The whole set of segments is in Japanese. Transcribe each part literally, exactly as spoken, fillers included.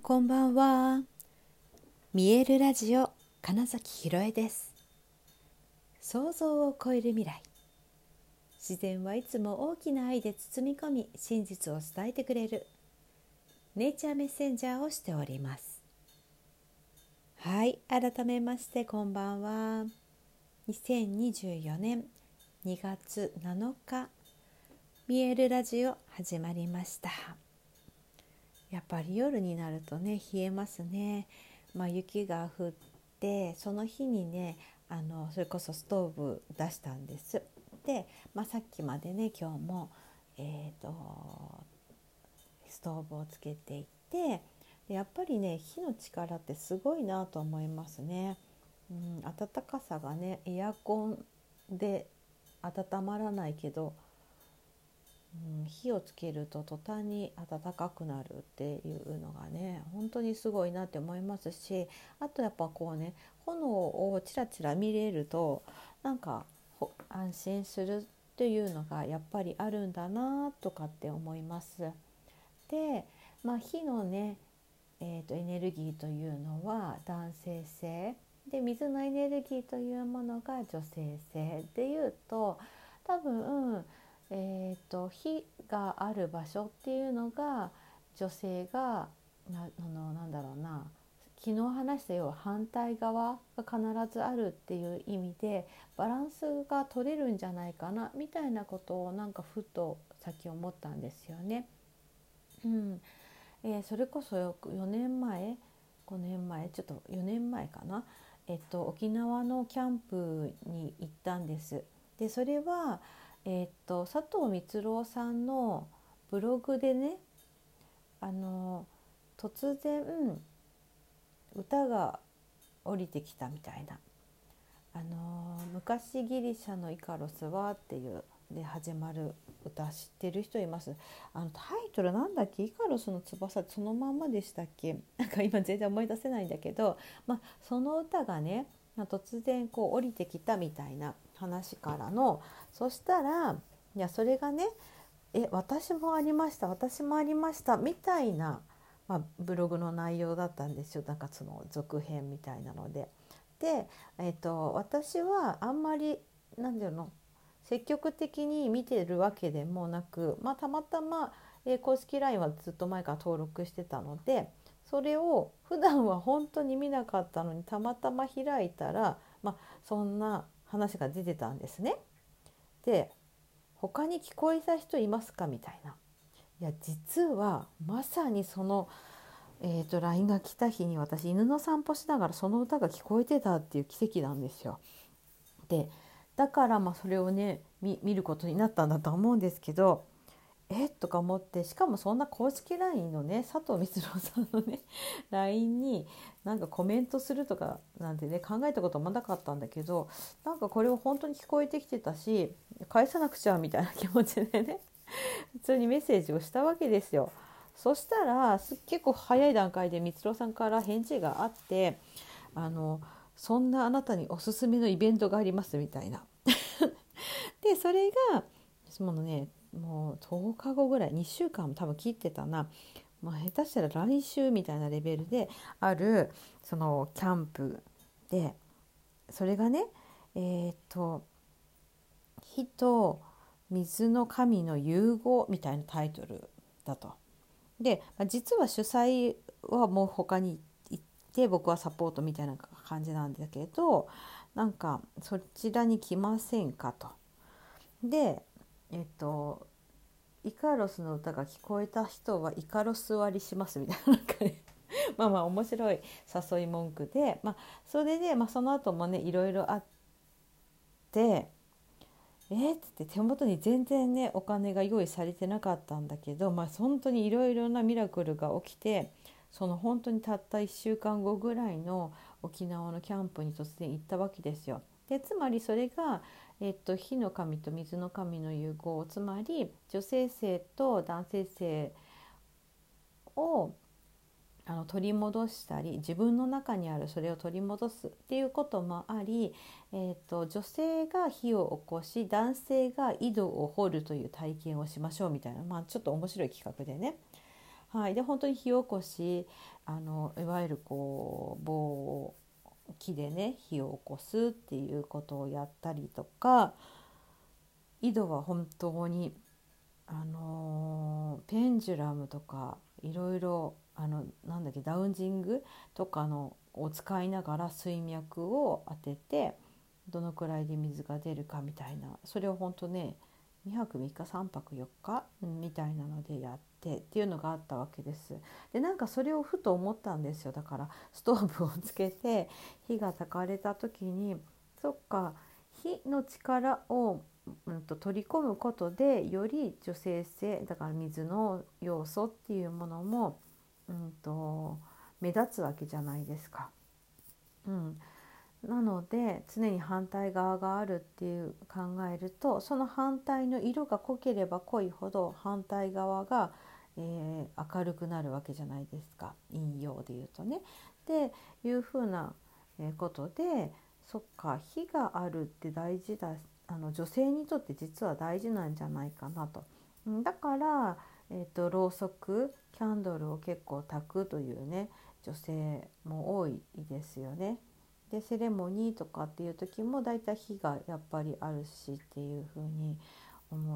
こんばんは。見えるラジオ金崎ひろえです。想像を超える未来。自然はいつも大きな愛で包み込み、真実を伝えてくれるネイチャーメッセンジャーをしております。はい、改めましてこんばんは。にせんにじゅうよねんにがつなのか、見えるラジオ始まりました。やっぱり夜になるとね、冷えますね。まあ、雪が降ってその日にね、あのそれこそストーブ出したんです。で、まあ、さっきまでね今日も、えーと、ストーブをつけていて、でやっぱりね火の力ってすごいなと思いますね。うん、暖かさがねエアコンで温まらないけど、うん、火をつけると途端に暖かくなるっていうのがね本当にすごいなって思いますし、あとやっぱこうね炎をちらちら見れるとなんか安心するっていうのがやっぱりあるんだなとかって思います。で、まあ、火のね、えーと、エネルギーというのは男性性で、水のエネルギーというものが女性性でいうと、多分、えーと、火がある場所っていうのが女性がなあのなんだろうな昨日話したよう反対側が必ずあるっていう意味でバランスが取れるんじゃないかなみたいなことをなんかふとさっき思ったんですよね。うんえーそれこそよねんまえごねんまえちょっとよねんまえかな、えっと、沖縄のキャンプに行ったんです。でそれは、えっと、佐藤光郎さんのブログでね、あの突然歌が降りてきたみたいな、あの昔ギリシャのイカロスはっていうで始まる歌知ってる人います？あのタイトルなんだっけ、イカロスの翼ってそのまんまでしたっけ？なんか今全然思い出せないんだけど、まあ、その歌がね突然こう降りてきたみたいな話からの、そしたらいやそれがねえ私もありました私もありましたみたいな、まあ、ブログの内容だったんですよ。なんかその続編みたいなので。で、えっと、私はあんまりなんていうの積極的に見てるわけでもなく、まあ、たまたま、えー公式 ライン はずっと前から登録してたので、それを普段は本当に見なかったのにたまたま開いたら、まあ、そんな話が出てたんですね。で、他に聞こえた人いますかみたいな。いや実はまさにその、えーと、ライン が来た日に私犬の散歩しながらその歌が聞こえてたっていう奇跡なんですよ。でだからまあそれをね 見, 見ることになったんだと思うんですけど、えとか思って、しかもそんな公式 ライン のね佐藤光郎さんのね ライン になんかコメントするとかなんてね考えたこともなかったんだけど、なんかこれを本当に聞こえてきてたし返さなくちゃみたいな気持ちでね普通にメッセージをしたわけですよ。そしたら結構早い段階で光郎さんから返事があって、あのそんなあなたにおすすめのイベントがありますみたいなでそれがそのねもうとおかごぐらいにしゅうかんも多分切ってたな、まあ、下手したら来週みたいなレベルであるそのキャンプで、それがねえー、っと火と水の神の融合みたいなタイトルだと。で実は主催はもう他に行って僕はサポートみたいな感じなんだけど、なんかそちらに来ませんかと。でえっとイカロスの歌が聞こえた人はイカロス割りしますみたいな、なんかねまあまあ面白い誘い文句で、まあ、それで、まあ、その後もねいろいろあって、えー、っつって手元に全然ねお金が用意されてなかったんだけど、まあ本当にいろいろなミラクルが起きて、その本当にたったいっしゅうかんごぐらいの沖縄のキャンプに突然行ったわけですよ。でつまりそれが、えっと、火の神と水の神の融合、つまり女性性と男性性をあの取り戻したり、自分の中にあるそれを取り戻すっていうこともあり、えーと、女性が火を起こし男性が井戸を掘るという体験をしましょうみたいな、まあ、ちょっと面白い企画でね、 はい、で本当に火起こし、あのいわゆるこう棒を木でね火を起こすっていうことをやったりとか、井戸は本当にあのペンジュラムとかいろいろあのなんだっけダウンジングとかのを使いながら水脈を当ててどのくらいで水が出るかみたいな、それを本当ねにはくみっかさんぱくよっかみたいなのでやってっていうのがあったわけです。でなんかそれをふと思ったんですよ。だからストーブをつけて火が焚かれた時に、そっか、火の力をうんと取り込むことでより女性性だから水の要素っていうものも、うんと目立つわけじゃないですか。うん、なので常に反対側があるっていう考えると、その反対の色が濃ければ濃いほど反対側が、えー明るくなるわけじゃないですか、陰陽で言うとね。でいうふうなことで、そっか、火があるって大事だ、あの女性にとって実は大事なんじゃないかなと。うんだから、えーと、ろうそくキャンドルを結構焚くというね女性も多いですよね。でセレモニーとかっていう時もだいたい火がやっぱりあるしっていう風に思って、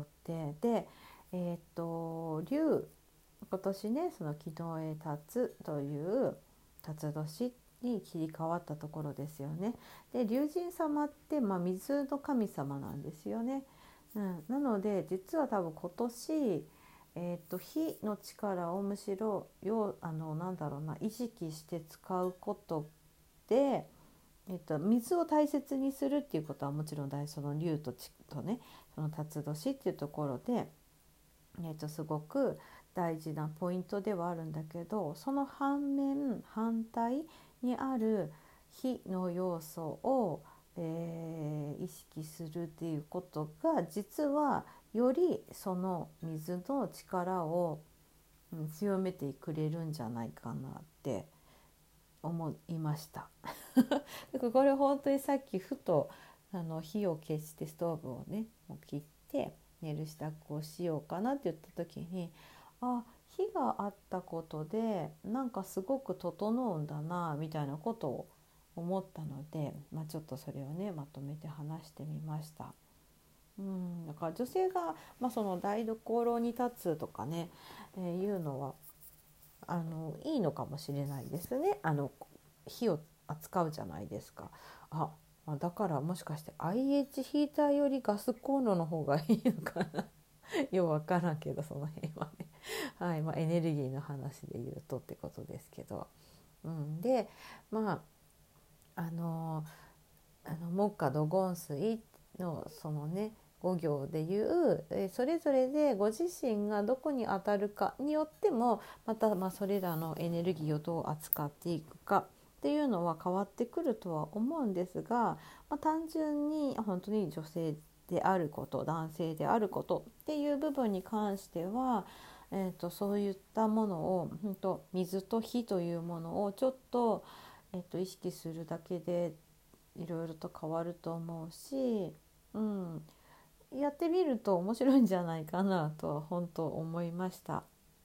でえっ、と龍、今年ねその木の絵立つという辰年に切り替わったところですよね。で龍神様って、まあ、水の神様なんですよね。うん、なので実は多分今年えー、と火の力をむしろよあのなんだろうな意識して使うことで、えっと、水を大切にするっていうことはもちろん大事、その龍と地とねその辰年っていうところで、えっと、すごく大事なポイントではあるんだけど、その反面反対にある火の要素を、えー意識するっていうことが実はよりその水の力を、うん、強めてくれるんじゃないかなって思いました。だからこれ本当にさっきふとあの火を消してストーブをねもう切って寝る支度をしようかなって言った時に、あ、火があったことでなんかすごく整うんだなみたいなことを思ったので、まあ、ちょっとそれをねまとめて話してみました。うん、だから女性が、まあ、その台所に立つとかね、えーいうのはあのいいのかもしれないですね。あの火を扱うじゃないですか。あ、だからもしかして アイエイチ ヒーターよりガスコンロの方がいいのかなよくわからんけどその辺はねはい、まあ、エネルギーの話で言うとってことですけど、うん、でまああのあの木火土金水のそのねご行でいうえそれぞれでご自身がどこに当たるかによってもまたまあそれらのエネルギーをどう扱っていくかっていうのは変わってくるとは思うんですが、まあ、単純に本当に女性であること男性であることっていう部分に関しては、えー、とそういったものを本当水と火というものをちょっと、えー、と意識するだけでいろいろと変わると思うし、うん、やってみると面白いんじゃないかなとは本当思いました。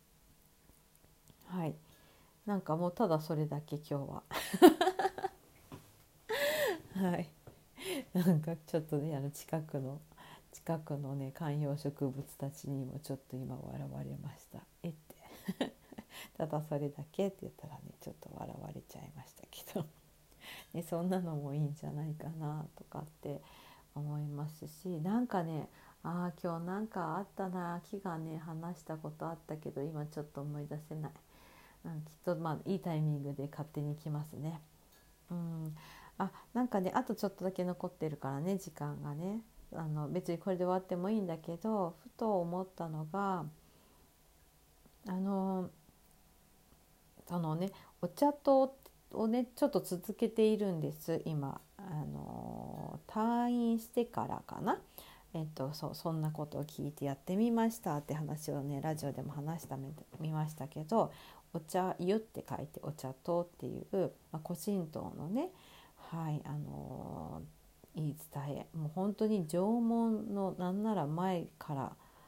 はい、なんかもうただそれだけ今日ははい、なんかちょっとねあの近くの近くのね観葉植物たちにもちょっと今笑われました。えってただそれだけって言ったらねちょっと笑われちゃいましたけどね、そんなのもいいんじゃないかなとかって思いますし、なんかね、ああ今日なんかあったな、木がね話したことあったけど今ちょっと思い出せない、うん、きっとまあいいタイミングで勝手に来ますね。うん、あ、なんかねあとちょっとだけ残ってるからね時間がね、あの別にこれで終わってもいいんだけど、ふと思ったのがあのそのねお茶とをねちょっと続けているんです今。あの退院してからかな、えっと、そうそんなことを聞いてやってみましたって話をねラジオでも話してみましたけど、お茶湯って書いてお茶とっていう、まあ、古神道のね、はいあの言い伝え、もう本当に縄文のなんなら前から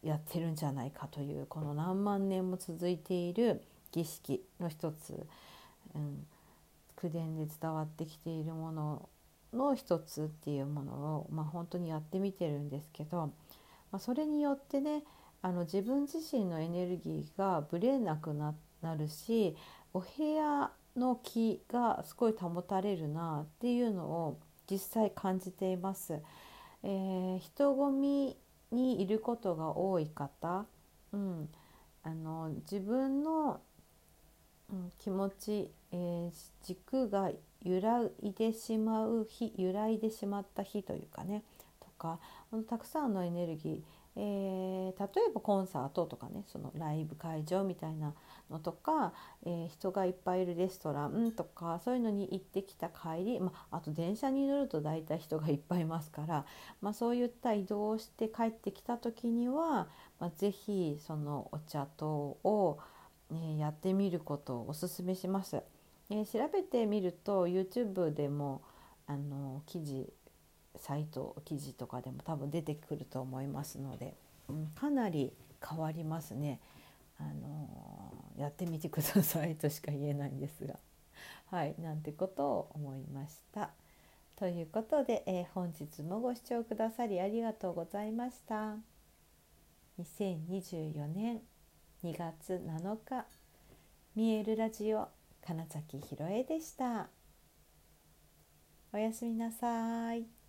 やってるんじゃないかという、この何万年も続いている儀式の一つ、うん、口伝で伝わってきているものの一つっていうものを、まあ、本当にやってみてるんですけど、まあ、それによってね、あの自分自身のエネルギーがぶれなく な, なるし、お部屋の気がすごい保たれるなっていうのを実際感じています。えー、人混みにいることが多い方、うん、あの自分の、うん、気持ち、えー、軸が揺らいでしまう日、揺らいでしまった日というかね、とか、たくさんのエネルギー、えー、例えばコンサートとかね、そのライブ会場みたいなのとか、えー、人がいっぱいいるレストランとか、そういうのに行ってきた帰り、まあ、あと電車に乗ると大体人がいっぱいいますから、まあ、そういった移動をして帰ってきた時には、まあ、ぜひそのお茶等を、ね、やってみることをおすすめします。えー、調べてみると YouTube でもあの記事サイト記事とかでも多分出てくると思いますので、うん、かなり変わりますね。あのーやってみてくださいとしか言えないんですが、はい、なんてことを思いました。ということで、えー、本日もご視聴くださりありがとうございました。にせんにじゅうよねんにがつなのか、見えるラジオ金崎ひろえでした。おやすみなさい。